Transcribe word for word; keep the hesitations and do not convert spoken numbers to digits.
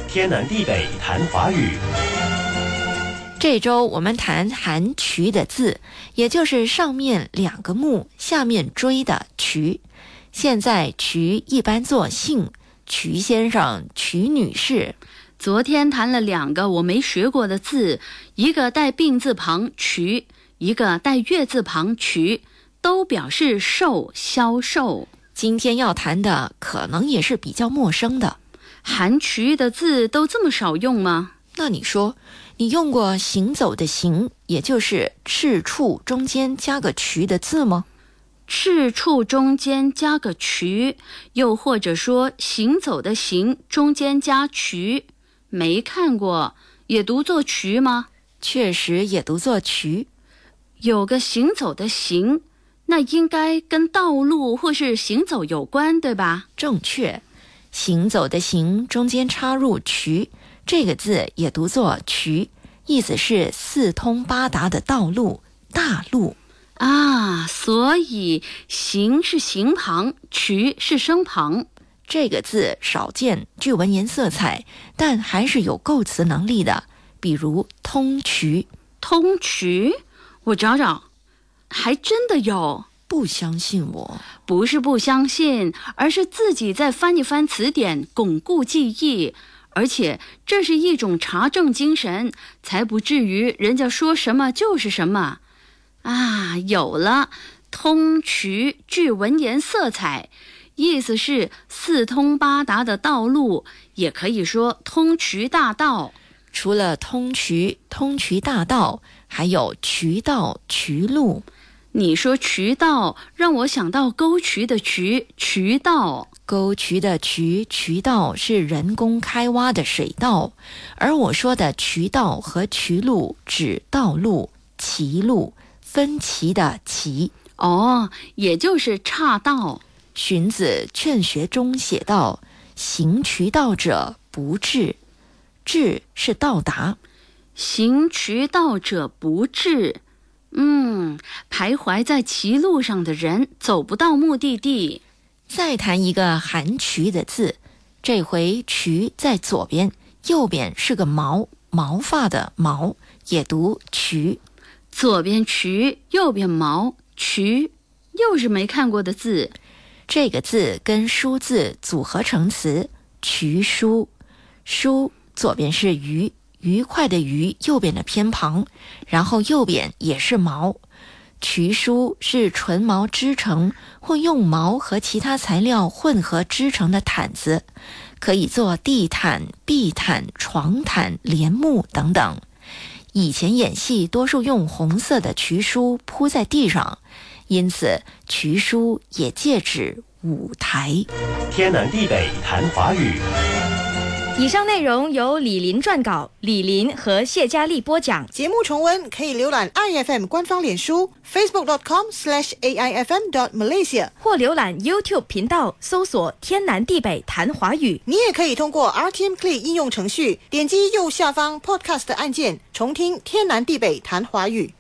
天南地北谈华语。 这周我们谈含渠的字，也就是上面两个木，下面锥的渠。现在渠一般作姓，渠先生、渠女士。 昨天谈了两个我没学过的字，一个带病字旁渠，一个带月字旁渠，都表示售、销售。 今天要谈的可能也是比较陌生的。 含渠的字都这么少用吗？ 那你说，你用过行走的行，也就是赤处中间加个渠的字吗？ 赤处中间加个渠，又或者说行走的行中间加渠，没看过，也读作渠吗？ 确实也读作渠。 有个行走的行，那应该跟道路或是行走有关，对吧？ 正确，行走的行中间插入渠，这个字也读作渠，意思是四通八达的道路、大路啊。所以行是行旁，渠是声旁。 这个字少见，具文言色彩，但还是有构词能力的，比如通渠。 通渠，我找找，还真的有。 不相信我？ 不是不相信，而是自己再翻一翻词典，巩固记忆。而且这是一种查证精神，才不至于人家说什么就是什么。啊，有了，通渠具文言色彩，意思是四通八达的道路，也可以说通渠大道。 除了通渠、通渠大道，还有渠道、渠路。 你说渠道，让我想到沟渠的渠，渠道。 沟渠的渠，渠道是人工开挖的水道，而我说的渠道和渠路指道路、歧路，分歧的歧。 哦，也就是岔道。 荀子《劝学》中写道：行渠道者不至。至是到达。 行渠道者不至。嗯，徘徊在歧路上的人走不到目的地。 再谈一个含渠的字，这回渠在左边，右边是个毛，毛发的毛，也读渠。 左边渠，右边毛，渠，又是没看过的字。 这个字跟书字组合成词，渠书。书左边是愉，愉快的愉，右边的偏旁，然后右边也是毛。渠书是纯毛织成或用毛和其他材料混合织成的毯子，可以做地毯、壁毯、床毯、帘幕等等。以前演戏多数用红色的渠书铺在地上，因此渠书也借指舞台。 天南地北谈华语。 以上内容由李林撰稿，李林和谢佳丽播讲。 节目重温可以浏览 I F M 官方脸书 facebook dot com slash A I F M dot Malaysia 或浏览 YouTube 频道，搜索天南地北谈华语。 你也可以通过 R T M Play 应用程序，点击右下方 Podcast 的按键，重听天南地北谈华语。